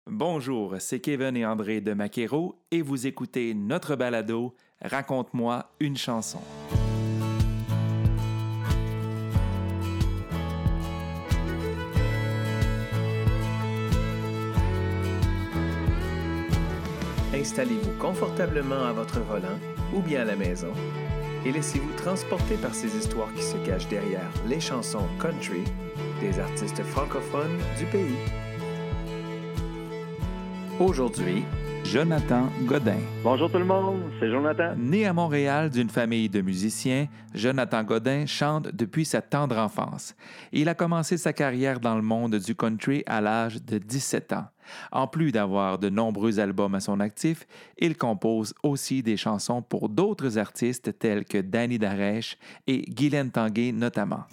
Bonjour, c'est Kevin et André de Maquero et vous écoutez notre balado Raconte-moi une chanson. Installez-vous confortablement à votre volant ou bien à la maison et laissez-vous transporter par ces histoires qui se cachent derrière les chansons country des artistes francophones du pays. Aujourd'hui, Jonathan Godin. Bonjour tout le monde, c'est Jonathan. Né à Montréal d'une famille de musiciens, Jonathan Godin chante depuis sa tendre enfance. Il a commencé sa carrière dans le monde du country à l'âge de 17 ans. En plus d'avoir de nombreux albums à son actif, il compose aussi des chansons pour d'autres artistes tels que Danny Darèche et Guylaine Tanguay notamment.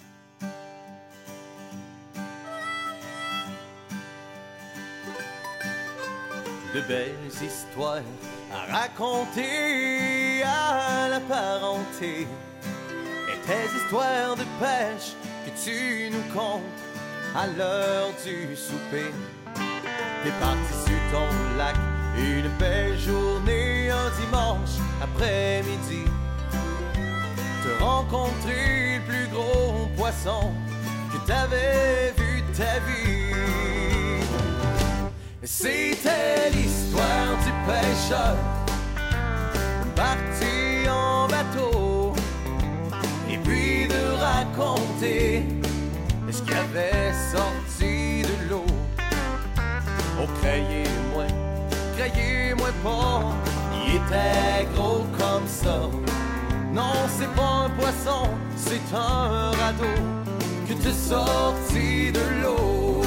De belles histoires à raconter à la parenté, et tes histoires de pêche que tu nous contes à l'heure du souper. T'es parti sur ton lac une belle journée, un dimanche après-midi, te rencontrer le plus gros poisson que t'avais vu de ta vie. C'était l'histoire du pêcheur parti en bateau, et puis de raconter ce qu'il avait sorti de l'eau. Oh, croyez-moi pas, il était gros comme ça. Non, c'est pas un poisson, c'est un radeau que t'es sorti de l'eau.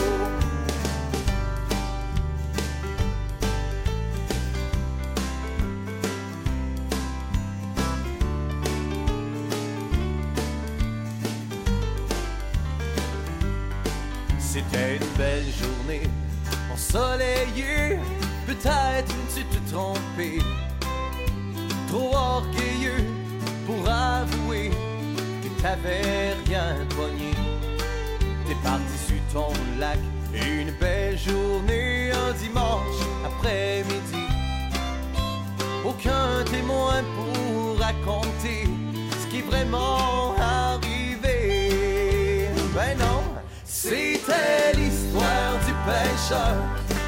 C'était une belle journée, ensoleillée. Peut-être tu te trompé, trop orgueilleux pour avouer que t'avais rien pogné. T'es parti sur ton lac une belle journée, un dimanche après-midi. Aucun témoin pour raconter ce qui est vraiment arrivé. Ben non, c'était l'histoire du pêcheur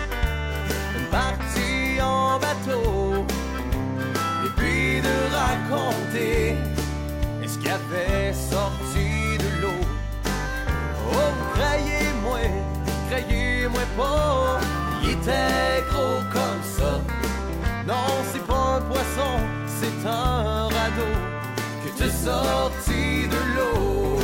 parti en bateau, et puis de raconter ce qu'il avait sorti de l'eau. Oh, croyez-moi pas, il était gros comme ça. Non, c'est pas un poisson, c'est un radeau que t'as sorti de l'eau.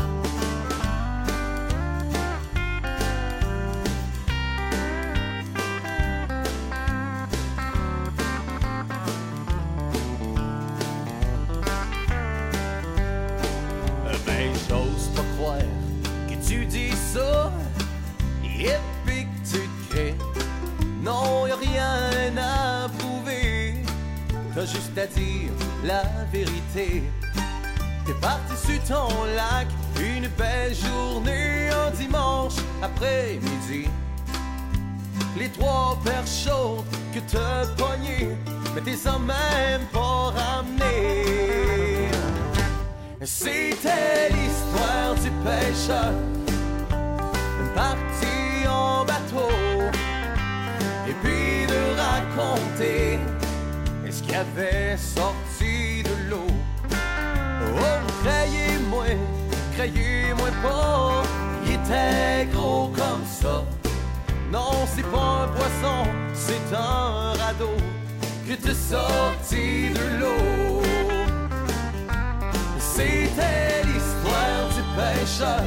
Tu dis ça, et puis que tu te crées. Non, y'a rien à prouver, t'as juste à dire la vérité. T'es parti sur ton lac une belle journée, un dimanche après-midi. Les 3 perches chaudes que t'as pognées, mais t'es sans même pas ramené. C'était l'histoire du pêcheur parti en bateau, et puis de raconter ce qu'il avait sorti de l'eau. Oh, croyez-moi pas, il était gros comme ça. Non, c'est pas un poisson, c'est un radeau que t'as sorti de l'eau. C'était l'histoire du pêcheur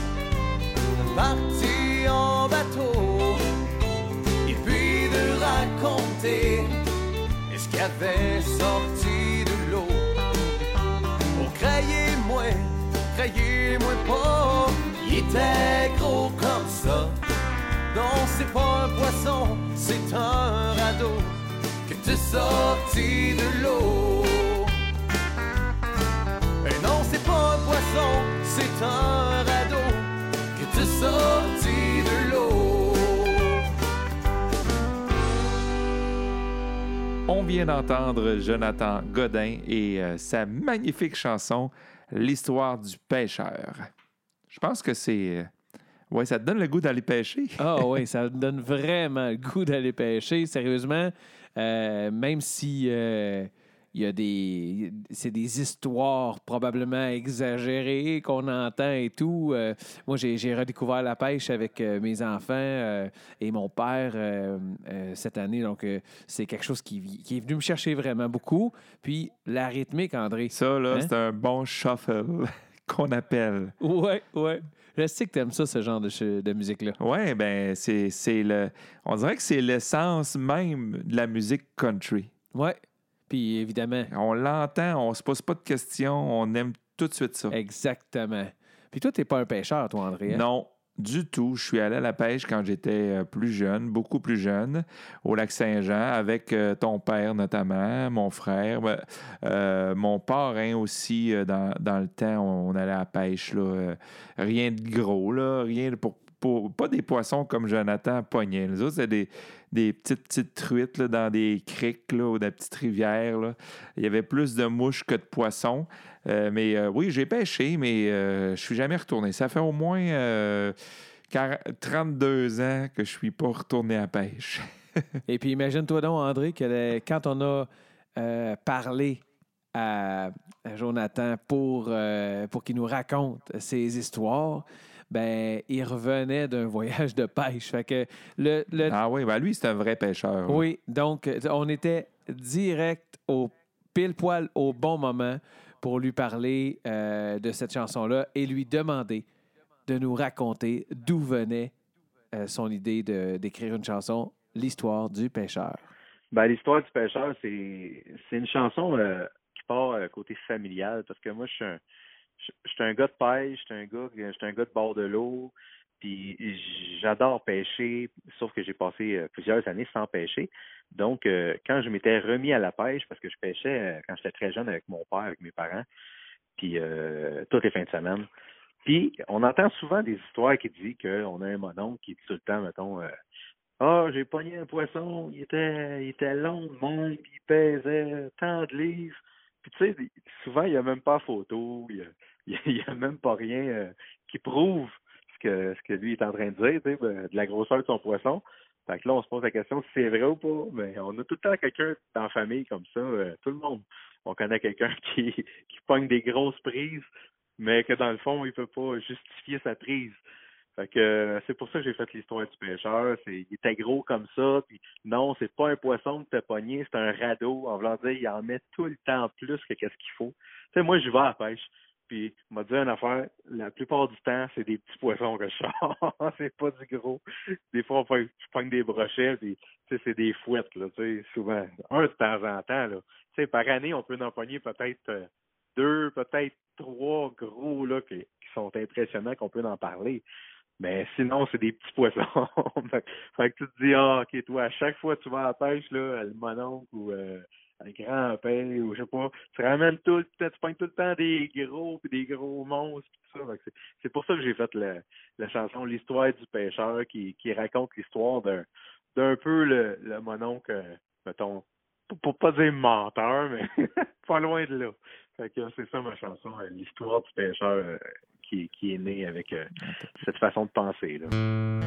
parti en bateau, et puis de raconter ce qu'il avait sorti de l'eau. Oh, croyez-moi pas, il était gros comme ça. Non, c'est pas un poisson, c'est un radeau que t'as sorti de l'eau. Et non, c'est pas un poisson, c'est un radeau que t'as sorti de l'eau. On vient d'entendre Jonathan Godin et sa magnifique chanson « L'histoire du pêcheur ». Je pense que c'est... ouais, ça te donne le goût d'aller pêcher. Ah oui, ça me donne vraiment le goût d'aller pêcher. Sérieusement, même si il y a c'est des histoires probablement exagérées qu'on entend et tout. Moi, j'ai redécouvert la pêche avec mes enfants et mon père cette année. Donc, c'est quelque chose qui est venu me chercher vraiment beaucoup. Puis, la rythmique, André. Ça, là, Hein? c'est un bon shuffle qu'on appelle. Ouais, ouais. Je sais que t'aimes ça, ce genre de musique-là. Ouais, ben c'est le... On dirait que c'est l'essence même de la musique country. Ouais. Puis évidemment. On l'entend, on se pose pas de questions, on aime tout de suite ça. Exactement. Puis toi, t'es pas un pêcheur, toi, André. Hein? Non, du tout. Je suis allé à la pêche quand j'étais plus jeune, beaucoup plus jeune, au lac Saint-Jean, avec ton père notamment, mon frère, mon parrain aussi. Dans le temps, on allait à la pêche. Là, rien de gros, là, rien pour pas des poissons comme Jonathan pognait. Les autres, c'était des petites truites là, dans des criques là, ou des petites rivières. Là. Il y avait plus de mouches que de poissons. Oui, j'ai pêché, mais je suis jamais retourné. Ça fait au moins 32 ans que je suis pas retourné à la pêche. Et puis imagine-toi donc, André, que quand on a parlé à Jonathan pour qu'il nous raconte ses histoires, ben il revenait d'un voyage de pêche. Fait que Ah oui, ben lui, c'est un vrai pêcheur. Oui, donc on était direct pile poil au bon moment pour lui parler de cette chanson-là et lui demander de nous raconter d'où venait son idée d'écrire une chanson, l'histoire du pêcheur. Ben, l'histoire du pêcheur, c'est une chanson qui part côté familial, parce que moi, je suis un gars de pêche, je suis un gars de bord de l'eau, puis j'adore pêcher, sauf que j'ai passé plusieurs années sans pêcher. Donc, quand je m'étais remis à la pêche, parce que je pêchais quand j'étais très jeune avec mon père, avec mes parents, puis toutes les fins de semaine. Puis, on entend souvent des histoires qui disent qu'on a un mononcle qui dit tout le temps, mettons, j'ai pogné un poisson, il était long de même, puis il pesait tant de livres. Puis tu sais, souvent, il n'y a même pas photo, il y a même pas rien qui prouve ce que lui est en train de dire, tu sais, de la grosseur de son poisson. Fait que là, on se pose la question si c'est vrai ou pas. Mais on a tout le temps quelqu'un dans la famille comme ça, tout le monde. On connaît quelqu'un qui pogne des grosses prises, mais que dans le fond, il peut pas justifier sa prise. Fait que c'est pour ça que j'ai fait l'histoire du pêcheur. Il était gros comme ça. Puis non, c'est pas un poisson que t'as pogné, c'est un radeau. En voulant dire, il en met tout le temps plus que qu'est-ce qu'il faut. Tu sais, moi, je vais à la pêche. Puis, m'a dit une affaire, la plupart du temps, c'est des petits poissons que je sors. C'est pas du gros. Des fois, je pogne des brochets, puis, tu sais, c'est des fouettes, là, tu sais, souvent. Un de temps en temps, là. Tu sais, par année, on peut en pogner peut-être 2, peut-être 3 gros, là, qui sont impressionnants, qu'on peut en parler. Mais sinon, c'est des petits poissons. fait que tu te dis, OK, toi, à chaque fois que tu vas à la pêche, là, le mononcle ou le grand-père, ou je sais pas, tu ramènes tout le temps, tu pognes tout le temps des gros puis des gros monstres pis tout ça. Fait que c'est pour ça que j'ai fait la chanson L'histoire du pêcheur qui raconte l'histoire d'un peu le mononcle, mettons, pour pas dire menteur, mais pas loin de là. Fait que c'est ça ma chanson, L'histoire du pêcheur qui est née avec cette façon de penser, là.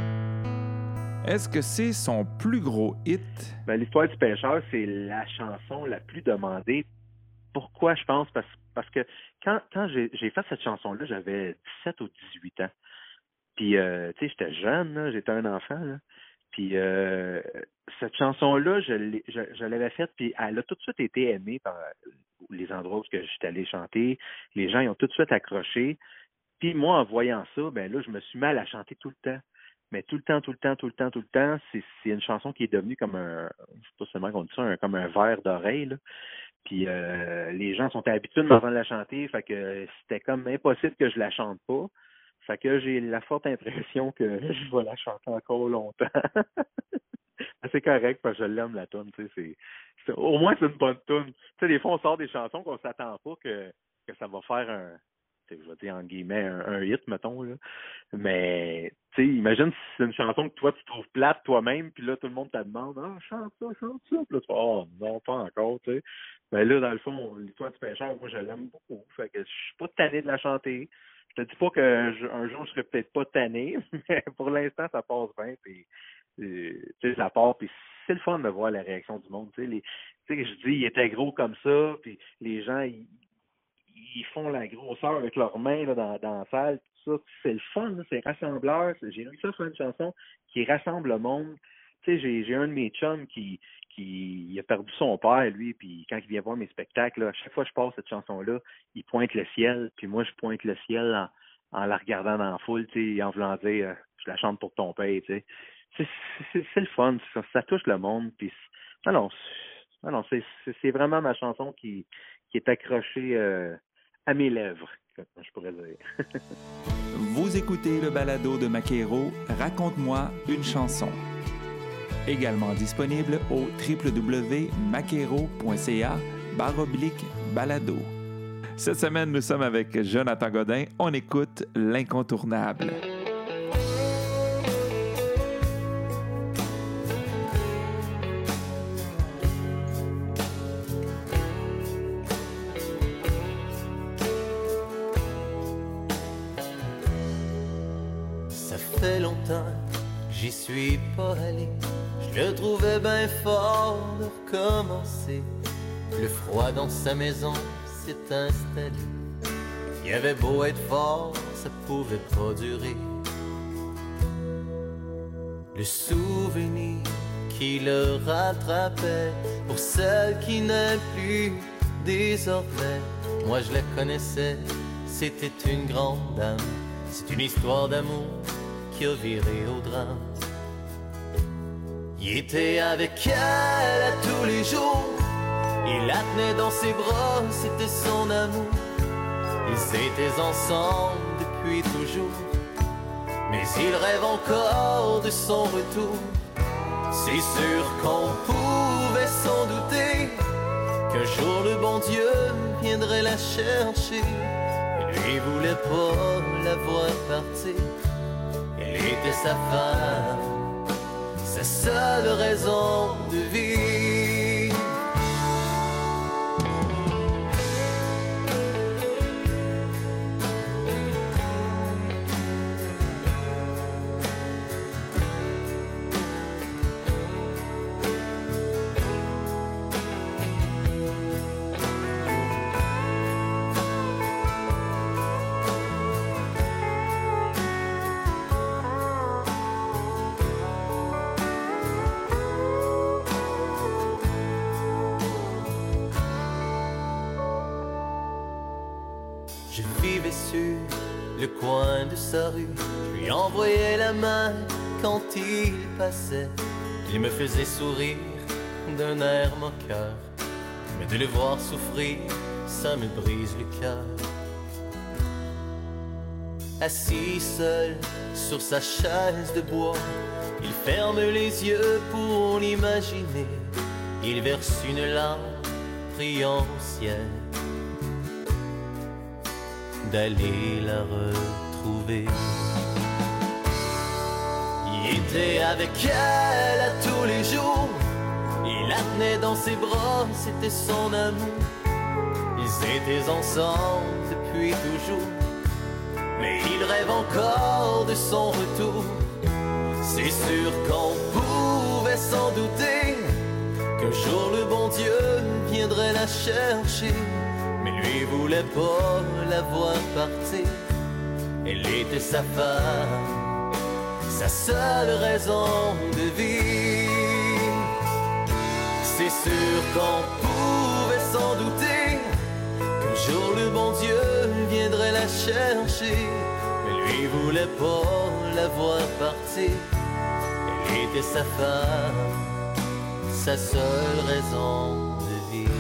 Est-ce que c'est son plus gros hit? Ben, l'histoire du pêcheur, c'est la chanson la plus demandée. Pourquoi, je pense? Parce que quand j'ai fait cette chanson-là, j'avais 17 ou 18 ans. Puis, tu sais, j'étais jeune, là, j'étais un enfant, là. Puis, cette chanson-là, je l'avais faite, puis elle a tout de suite été aimée par les endroits où j'étais allé chanter. Les gens, ils ont tout de suite accroché. Puis, moi, en voyant ça, ben là, je me suis mis à la chanter tout le temps. Mais tout le temps, c'est une chanson qui est devenue comme je sais pas seulement qu'on dit ça, comme un verre d'oreille, là. Puis les gens sont habitués de m'entendre la chanter, fait que c'était comme impossible que je la chante pas. Fait que j'ai la forte impression que je vais la chanter encore longtemps. C'est correct parce que je l'aime la tune, tu sais, au moins c'est une bonne tune. Tu sais, des fois on sort des chansons qu'on s'attend pas que ça va faire je vais dire en guillemets, un hit, mettons, là. Mais, tu sais, imagine si c'est une chanson que toi, tu trouves plate toi-même, puis là, tout le monde te demande, chante ça, puis là, tu fais, non, pas encore, tu sais. Mais là, dans le fond, l'histoire du pêcheur, moi, je l'aime beaucoup. Fait que je suis pas tanné de la chanter. Je te dis pas un jour, je serai peut-être pas tanné, mais pour l'instant, ça passe bien, puis, tu sais, ça part, puis c'est le fun de voir la réaction du monde, tu sais, je dis, il était gros comme ça, puis les gens, ils font la grosseur avec leurs mains là, dans la salle, tout ça. C'est le fun, là, c'est rassembleur. J'ai réussi à faire une chanson qui rassemble le monde. Tu sais, j'ai un de mes chums qui a perdu son père, lui, puis quand il vient voir mes spectacles, là, à chaque fois que je passe cette chanson-là, il pointe le ciel, puis moi, je pointe le ciel en la regardant dans la foule, tu sais, en voulant dire, je la chante pour ton père, tu sais. C'est le fun, ça touche le monde, puis non, c'est vraiment ma chanson qui est accrochée à mes lèvres, je pourrais dire. Vous écoutez le balado de Makero, Raconte-moi une chanson. Également disponible au www.makero.ca/balado. Cette semaine, nous sommes avec Jonathan Godin. On écoute l'incontournable. Ça fait longtemps, j'y suis pas allé. Je le trouvais bien fort de recommencer. Le froid dans sa maison s'est installé. Il avait beau être fort, ça pouvait pas durer. Le souvenir qui le rattrapait pour celle qui n'est plus désormais. Moi je la connaissais, c'était une grande dame. C'est une histoire d'amour qui a viré au drame. Il était avec elle à tous les jours. Il la tenait dans ses bras, c'était son amour. Ils étaient ensemble depuis toujours. Mais il rêve encore de son retour. C'est sûr qu'on pouvait s'en douter qu'un jour le bon Dieu viendrait la chercher. Il lui voulait pas la voir partir. Elle était sa femme, sa seule raison de vivre. Je vivais sur le coin de sa rue. Je lui envoyais la main quand il passait. Il me faisait sourire d'un air moqueur. Mais de le voir souffrir, ça me brise le cœur. Assis seul sur sa chaise de bois, il ferme les yeux pour l'imaginer. Il verse une larme, priant au ciel d'aller la retrouver. Il était avec elle à tous les jours. Il la tenait dans ses bras, c'était son amour. Ils étaient ensemble depuis toujours. Mais il rêve encore de son retour. C'est sûr qu'on pouvait s'en douter qu'un jour le bon Dieu viendrait la chercher. Mais lui voulait pas la voir partir. Elle était sa femme, sa seule raison de vivre. C'est sûr qu'on pouvait s'en douter qu'un jour le bon Dieu viendrait la chercher. Mais lui voulait pas la voir partir. Elle était sa femme, sa seule raison de vivre.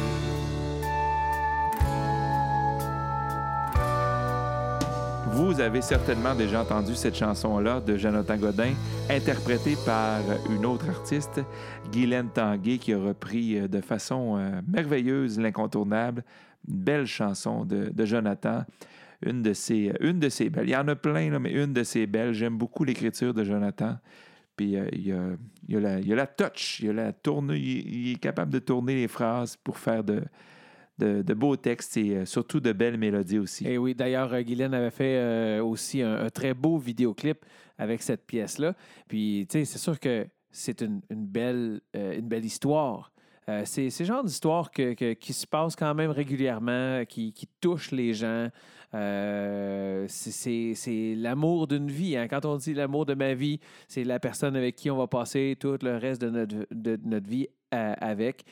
Vous avez certainement déjà entendu cette chanson-là de Jonathan Godin, interprétée par une autre artiste, Guylaine Tanguay, qui a repris de façon merveilleuse l'incontournable. Une belle chanson de Jonathan. une de ses belles. Il y en a plein, là, mais une de ses belles. J'aime beaucoup l'écriture de Jonathan. Puis il y a la touch, il y a la tourne, il est capable de tourner les phrases pour faire de beaux textes et surtout de belles mélodies aussi. Et oui, d'ailleurs, Guylaine avait fait aussi un très beau vidéoclip avec cette pièce-là. Puis, tu sais, c'est sûr que c'est une belle histoire. C'est le genre d'histoire qui se passe quand même régulièrement, qui touche les gens. C'est l'amour d'une vie. Hein. Quand on dit l'amour de ma vie, c'est la personne avec qui on va passer tout le reste de notre vie avec.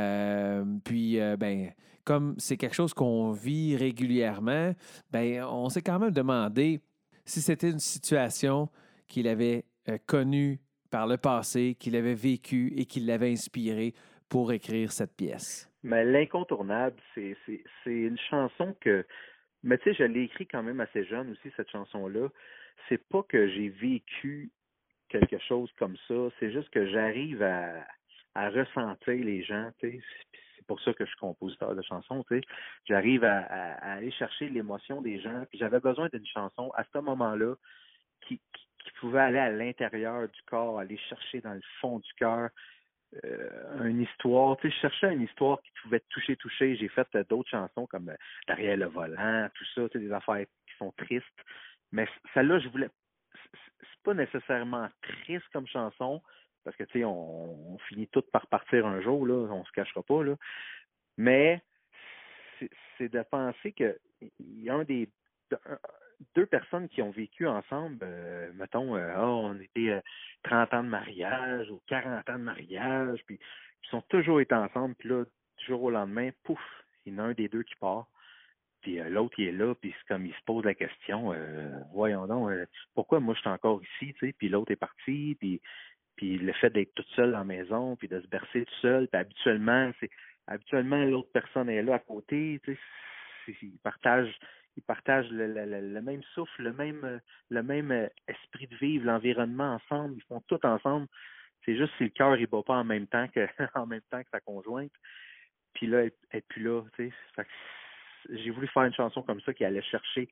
Ben, comme c'est quelque chose qu'on vit régulièrement, ben, on s'est quand même demandé si c'était une situation qu'il avait connue par le passé, qu'il avait vécue et qui l'avait inspiré pour écrire cette pièce. Mais l'incontournable, c'est une chanson que... Mais tu sais, je l'ai écrit quand même assez jeune aussi, cette chanson-là. C'est pas que j'ai vécu quelque chose comme ça, c'est juste que j'arrive à ressentir les gens, tu sais. C'est pour ça que je suis compositeur de chansons, tu sais. J'arrive à aller chercher l'émotion des gens, puis j'avais besoin d'une chanson à ce moment-là qui pouvait aller à l'intérieur du corps, aller chercher dans le fond du cœur une histoire. Tu sais, je cherchais une histoire qui pouvait toucher. J'ai fait d'autres chansons comme Derrière le volant, tout ça, tu sais, des affaires qui sont tristes. Mais celle-là, je voulais... C'est pas nécessairement triste comme chanson, parce que, tu sais, on finit tout par partir un jour, là, on se cachera pas, là. Mais c'est de penser que il y a deux personnes qui ont vécu ensemble, mettons, on était 30 ans de mariage ou 40 ans de mariage, puis ils sont toujours été ensemble, puis là, du jour au lendemain, pouf, il y en a un des deux qui part, puis l'autre, il est là, puis c'est comme il se pose la question, voyons donc, pourquoi moi je suis encore ici, tu sais, puis l'autre est parti, puis le fait d'être toute seule dans la maison, puis de se bercer tout seul, puis habituellement l'autre personne est là à côté, tu sais, ils partagent le même souffle, le même esprit de vivre, l'environnement ensemble, ils font tout ensemble. C'est juste si le cœur il bat pas en même temps que en même temps que sa conjointe. Puis là, elle est plus là, tu sais. Fait que j'ai voulu faire une chanson comme ça qui allait chercher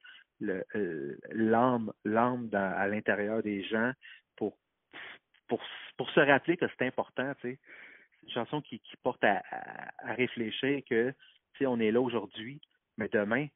l'âme à l'intérieur des gens pour pour se rappeler que c'est important, tu sais. C'est une chanson qui porte à réfléchir que, tu sais, on est là aujourd'hui, mais demain,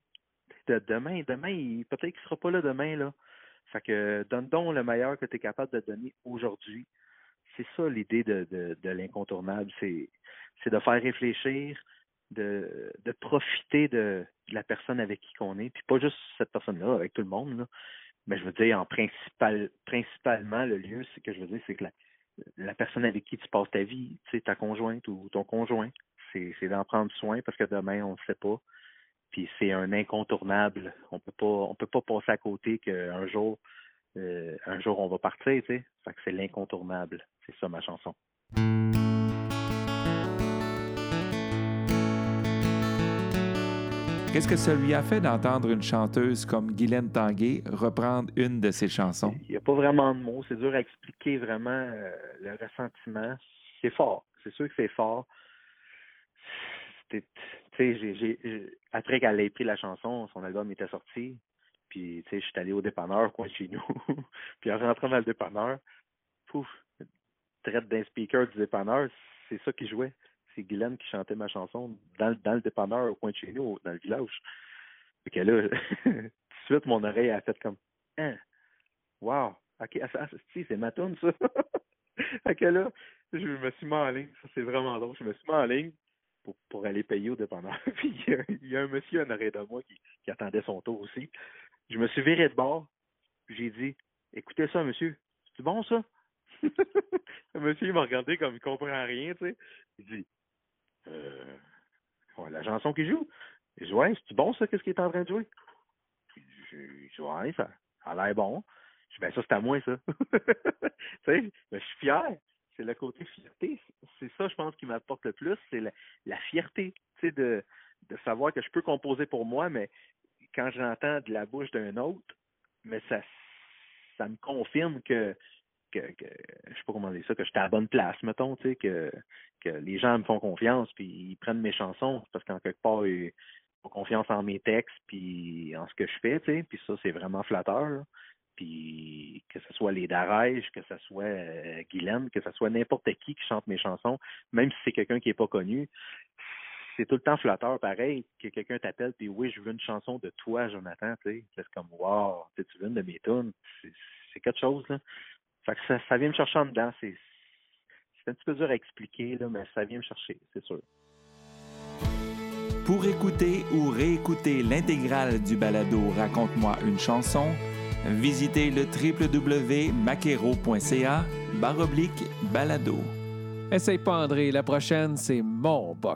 peut-être qu'il sera pas là demain, là. Fait que donne donc le meilleur que tu es capable de donner aujourd'hui. C'est ça l'idée de l'incontournable, c'est de faire réfléchir, de profiter de la personne avec qui qu'on est, puis pas juste cette personne-là, avec tout le monde, là. Mais je veux dire, principalement, le lieu, c'est que je veux dire, c'est que la personne avec qui tu passes ta vie, tu sais, ta conjointe ou ton conjoint, c'est d'en prendre soin parce que demain, on ne sait pas. Puis c'est un incontournable. On peut pas passer à côté qu'un jour, on va partir, tu sais. Fait que c'est l'incontournable. C'est ça ma chanson. Qu'est-ce que ça lui a fait d'entendre une chanteuse comme Guylaine Tanguay reprendre une de ses chansons? Il n'y a pas vraiment de mots. C'est dur à expliquer vraiment le ressentiment. C'est fort. C'est sûr que c'est fort. Tu sais, après qu'elle ait pris la chanson, son album était sorti. Puis, tu sais, je suis allé au dépanneur, coin de chez nous. Puis en rentrant dans le dépanneur, pouf, traite d'un speaker du dépanneur, c'est ça qui jouait. C'est Guylaine qui chantait ma chanson dans le dépanneur au coin de chez nous, dans le village. Fait que là, tout de suite, mon oreille a fait comme hein, wow, ok, c'est ma toune, ça. Fait que là, je me suis mis en ligne, ça c'est vraiment drôle. Je me suis mis en ligne pour aller payer au dépanneur. Puis il y a un monsieur en arrière de moi qui attendait son tour aussi. Je me suis viré de bord, puis j'ai dit écoutez ça, monsieur, c'est bon ça? Le monsieur il m'a regardé comme il comprend rien, tu sais. Il dit ouais, la chanson qui joue. Je dis ouais, c'est bon ça, qu'est-ce qu'il est en train de jouer? Je dis ouais, ça a l'air bon. Je dis ben ça c'est à moi ça. Tu sais, ben, je suis fier. C'est le côté fierté. C'est ça, je pense, qui m'apporte le plus, c'est la fierté, tu sais, de savoir que je peux composer pour moi, mais quand j'entends de la bouche d'un autre, mais ça me confirme que je sais pas comment dire ça, que j'étais à la bonne place, mettons, tu sais, que les gens me font confiance puis ils prennent mes chansons parce qu'en quelque part, confiance en mes textes puis en ce que je fais, tu sais. Puis ça, c'est vraiment flatteur, là. Puis que ce soit les Darèges, que ce soit Guylaine, que ce soit n'importe qui chante mes chansons, même si c'est quelqu'un qui n'est pas connu, c'est tout le temps flatteur, pareil, que quelqu'un t'appelle, puis oui, je veux une chanson de toi, Jonathan, tu sais. C'est comme, wow, tu veux une de mes tunes. C'est quelque chose, là. Fait que ça vient me chercher en dedans. C'est un petit peu dur à expliquer, là, mais ça vient me chercher, c'est sûr. Pour écouter ou réécouter l'intégrale du balado Raconte-moi une chanson, visitez le www.makero.ca/balado. Essaye pas, André. La prochaine, c'est mon boc.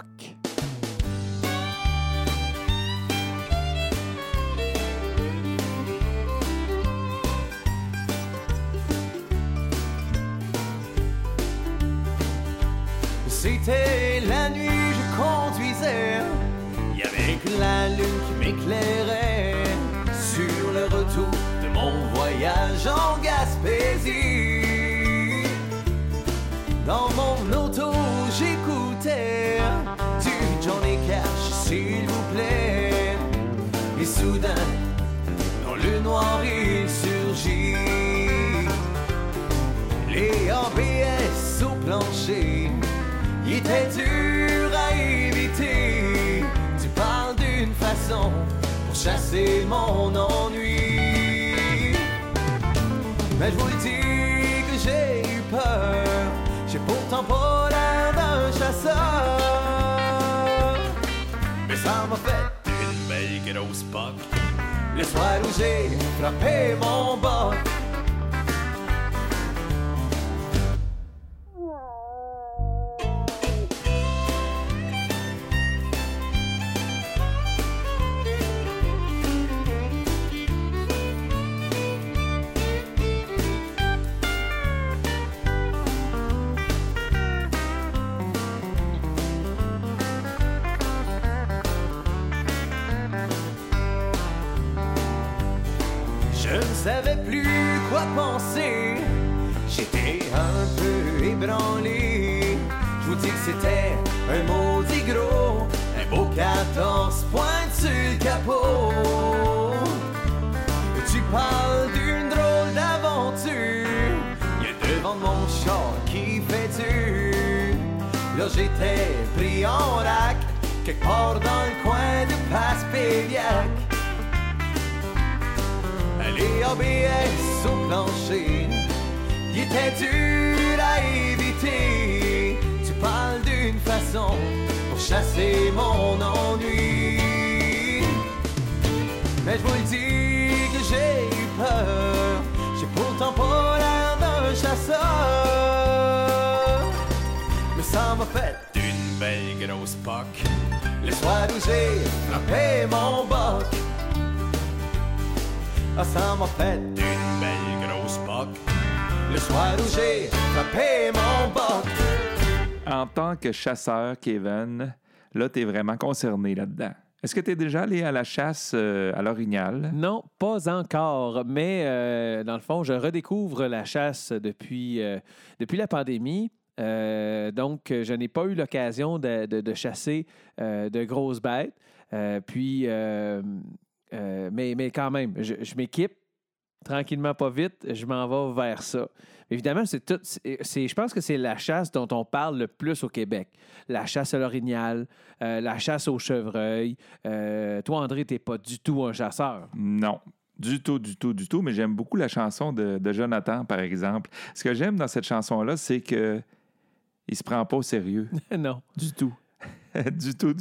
C'était la nuit, je conduisais. Il y avait que la lune qui m'éclairait sur le retour de mon voyage en Gaspésie. Dans mon auto, j'écoutais du Johnny Cash, s'il vous plaît. Et soudain, dans le noir, il surgit. Les ABS au plancher, il était dur à éviter. Tu parles d'une façon pour chasser mon ennui. Mais je vous le dis que j'ai eu peur. J'ai pourtant pas l'air d'un chasseur. Mais ça m'a fait une belle grosse poque le soir où j'ai frappé mon boc. Je ne savais plus quoi penser, j'étais un peu ébranlé. Je vous dis que c'était un maudit gros, un beau 14 points sur le capot. Tu parles d'une drôle d'aventure, il y a devant mon char qui fait dur. Là j'étais pris en rack, quelque part dans le coin de Passepédiac. Les ABS au plancher, il était dur à éviter. Tu parles d'une façon pour chasser mon ennui. Mais je vous le dis que j'ai eu peur. J'ai pourtant pas l'air d'un chasseur. Mais ça m'a fait une belle grosse poque le soir où j'ai frappé mon boc. Ah, ça m'a fait une belle grosse poque le soir où j'ai frappé mon boc. En tant que chasseur, Kevin, là, t'es vraiment concerné là-dedans. Est-ce que t'es déjà allé à la chasse à l'Orignal? Non, pas encore. Mais dans le fond, je redécouvre la chasse depuis la pandémie. Donc, je n'ai pas eu l'occasion de chasser de grosses bêtes. Mais quand même, je m'équipe tranquillement, pas vite, je m'en vais vers ça. Évidemment, je pense que c'est la chasse dont on parle le plus au Québec. La chasse à l'orignal, la chasse au chevreuil. Toi, André, t'es pas du tout un chasseur. Non. Du tout, mais j'aime beaucoup la chanson de Jonathan, par exemple. Ce que j'aime dans cette chanson-là, c'est que il se prend pas au sérieux. Non. Du tout. Du tout.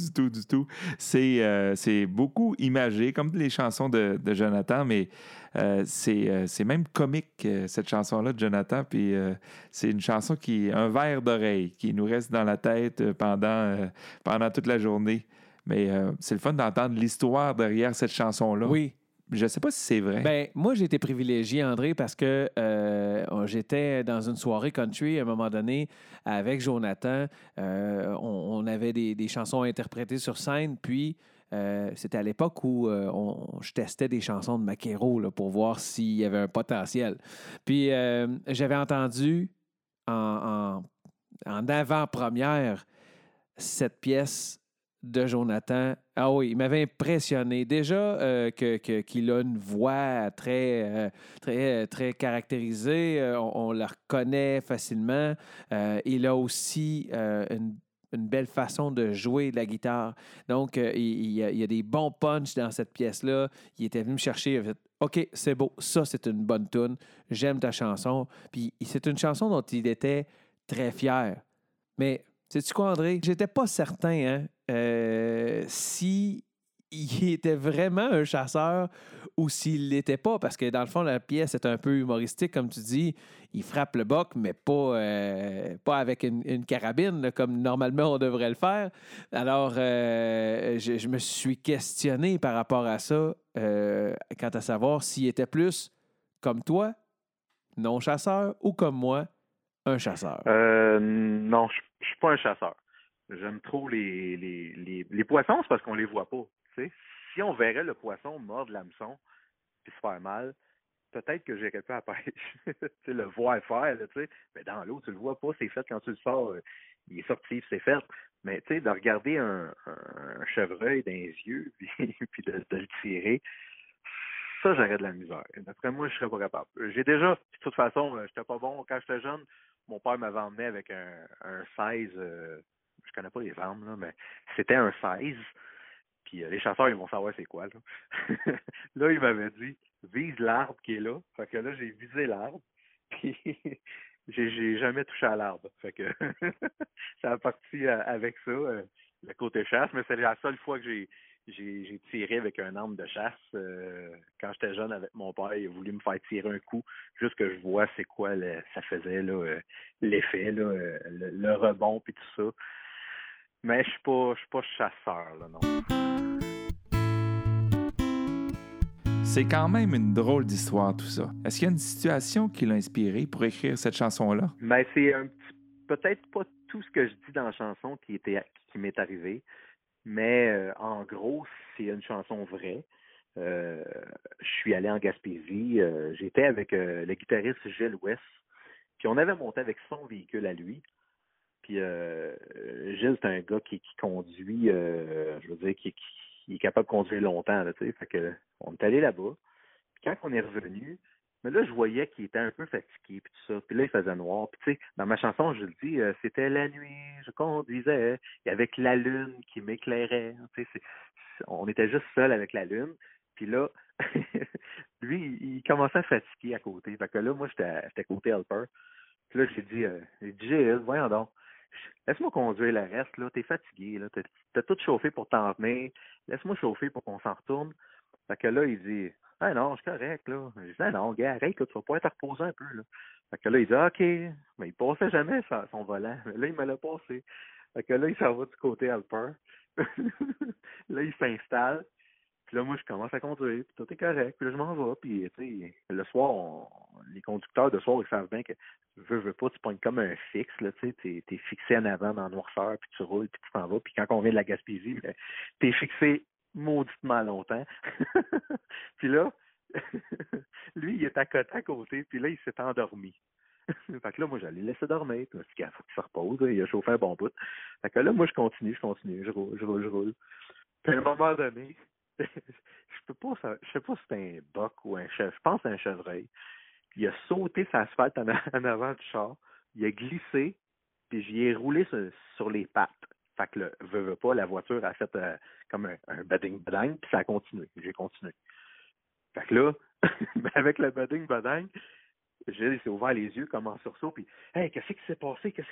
C'est beaucoup imagé, comme les chansons de Jonathan, mais c'est même comique, cette chanson-là de Jonathan. Puis c'est une chanson un verre d'oreille qui nous reste dans la tête pendant toute la journée. Mais c'est le fun d'entendre l'histoire derrière cette chanson-là. Oui. Je ne sais pas si c'est vrai. Ben, moi, j'ai été privilégié, André, parce que j'étais dans une soirée country à un moment donné avec Jonathan. On avait des chansons interprétées sur scène, puis c'était à l'époque où je testais des chansons de Makero là, pour voir s'il y avait un potentiel. Puis j'avais entendu en avant-première cette pièce de Jonathan, ah oui, il m'avait impressionné. Déjà qu'il a une voix très, très caractérisée, on la reconnaît facilement. Il a aussi une belle façon de jouer de la guitare. Donc, il y a des bons punchs dans cette pièce-là. Il était venu me chercher, il a fait « OK, c'est beau, ça, c'est une bonne toune. J'aime ta chanson. » Puis, c'est une chanson dont il était très fier. Mais, sais-tu quoi, André? J'étais pas certain si il était vraiment un chasseur ou s'il l'était pas, parce que dans le fond, la pièce est un peu humoristique, comme tu dis. Il frappe le boc, mais pas avec une carabine, là, comme normalement on devrait le faire. Alors, je me suis questionné par rapport à ça, quant à savoir s'il était plus comme toi, non chasseur, ou comme moi, un chasseur. Non, je suis pas un chasseur. J'aime trop les poissons, c'est parce qu'on les voit pas. Tu sais. Si on verrait le poisson mordre l'hameçon puis se faire mal, peut-être que j'irais pas à la pêche. Tu sais, le voir faire, là, tu sais. Mais dans l'eau, tu le vois pas, c'est fait quand tu le sors. Il est sorti, c'est fait. Mais tu sais, de regarder un chevreuil dans les yeux puis de le tirer, ça, j'aurais de la misère. D'après moi, je serais pas capable. J'ai déjà, de toute façon, j'étais pas bon. Quand j'étais jeune, mon père m'avait emmené avec un 16, je connais pas les armes, là, mais c'était un 16. Puis les chasseurs, ils vont savoir c'est quoi, là. Là, il m'avait dit, vise l'arbre qui est là. Fait que là, j'ai visé l'arbre. Puis j'ai jamais touché à l'arbre. Fait que ça a parti avec ça, le côté chasse, mais c'est la seule fois que j'ai tiré avec un arme de chasse. Quand j'étais jeune avec mon père, il a voulu me faire tirer un coup, juste que je vois c'est quoi ça faisait, là, l'effet, là, le rebond puis tout ça. Mais je suis pas chasseur, là, non. C'est quand même une drôle d'histoire, tout ça. Est-ce qu'il y a une situation qui l'a inspiré pour écrire cette chanson-là? Ben, c'est peut-être pas tout ce que je dis dans la chanson qui m'est arrivé, mais en gros, c'est une chanson vraie. Je suis allé en Gaspésie. J'étais avec le guitariste Gilles West. Puis on avait monté avec son véhicule à lui. Puis Gilles, c'est un gars qui conduit, je veux dire, qui est capable de conduire longtemps, là, tu sais. Fait que on est allé là-bas. Puis quand on est revenu, mais là, je voyais qu'il était un peu fatigué, puis tout ça. Puis là, il faisait noir. Puis tu sais, dans ma chanson, je le dis, c'était la nuit, je conduisais, et avec la lune qui m'éclairait. Tu sais, on était juste seul avec la lune. Puis là, lui, il commençait à fatiguer à côté. Fait que là, moi, j'étais côté helper. Puis là, j'ai dit, Gilles, voyons donc, laisse-moi conduire le reste, là, t'es fatigué, là, t'as tout chauffé pour t'en venir, laisse-moi chauffer pour qu'on s'en retourne. Fait que là, il dit, ah non, c'est correct, là. Je dis, ah non, gars, arrête, là, tu vas pouvoir te reposer un peu, là. Fait que là, il dit, OK, mais il passait jamais son volant, mais là, il me l'a passé. Fait que là, il s'en va du côté helper. Là, il s'installe. Puis là, moi, je commence à conduire, puis tout est correct, puis là, je m'en vais, puis, tu sais, le soir, les conducteurs de soir, ils savent bien que veux pas, tu pognes comme un fixe, là, tu sais, t'es fixé en avant dans la noirceur, puis tu roules, puis tu t'en vas, puis quand on vient de la Gaspésie, ben, t'es fixé mauditement longtemps. Puis là, lui, il est à côté, puis là, il s'est endormi. Fait que là, moi, j'allais laisser dormir, puis il faut qu'il se repose, là, il a chauffé un bon bout. Fait que là, moi, je continue, je roule. Puis à un moment donné, je sais pas si c'est un boc ou un chef. Je pense que c'est un chevreuil. Il a sauté sur l'asphalte en avant du char. Il a glissé, puis j'y ai roulé sur les pattes. Fait que veux pas, la voiture a fait comme un bading-badang, puis ça a continué. J'ai continué. Fait que là, avec le bading-badang, il s'est ouvert les yeux comme en sursaut, puis « Hey, qu'est-ce qui s'est passé? »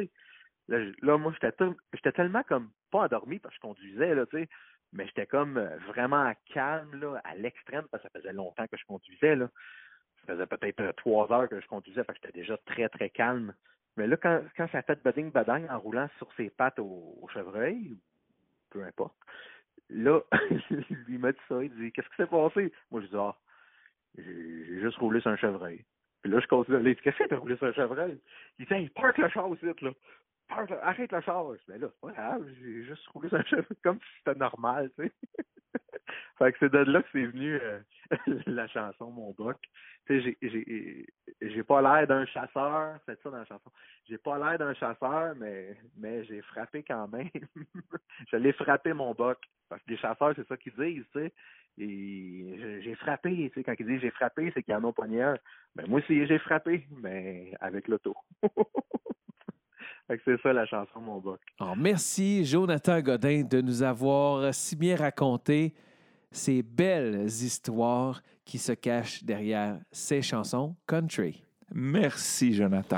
Là, moi, j'étais tellement comme pas endormi parce que je conduisais, là, tu sais, mais j'étais comme vraiment calme, là, à l'extrême, parce que ça faisait longtemps que je conduisais, là. Ça faisait peut-être 3 heures que je conduisais, fait que j'étais déjà très, très calme. Mais là, quand ça a fait bading-badang en roulant sur ses pattes au chevreuil, peu importe, là, il m'a dit ça, il dit « Qu'est-ce qui s'est passé? » Moi, je dis « Ah, j'ai juste roulé sur un chevreuil. » Puis là, je continue, il dit « Qu'est-ce que t'as roulé sur un chevreuil? » Il dit « Hey, parque le char aussi, là. Arrête le char. » Je dis « Ben là, c'est pas grave, j'ai juste roulé sur un chevreuil comme si c'était normal, tu sais. » Fait que c'est de là que c'est venu la chanson Mon Boc. Tu sais, j'ai pas l'air d'un chasseur, c'est ça dans la chanson. J'ai pas l'air d'un chasseur, mais j'ai frappé quand même. Je l'ai frappé mon boc. Parce que les chasseurs, c'est ça qu'ils disent, tu sais. Et j'ai frappé, tu sais, quand ils disent j'ai frappé, c'est qu'ils en ont pogné un. Ben moi aussi j'ai frappé, mais avec l'auto. Fait que c'est ça la chanson Mon Boc. Alors, merci Jonathan Godin de nous avoir si bien raconté ces belles histoires qui se cachent derrière ces chansons country. Merci, Jonathan.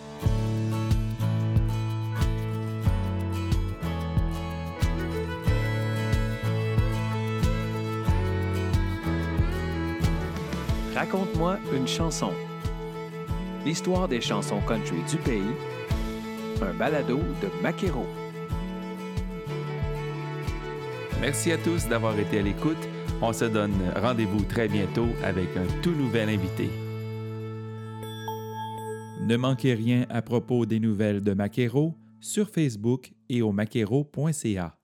Raconte-moi une chanson. L'histoire des chansons country du pays. Un balado de Maquero. Merci à tous d'avoir été à l'écoute. On se donne rendez-vous très bientôt avec un tout nouvel invité. Ne manquez rien à propos des nouvelles de Maquero sur Facebook et au maquero.ca.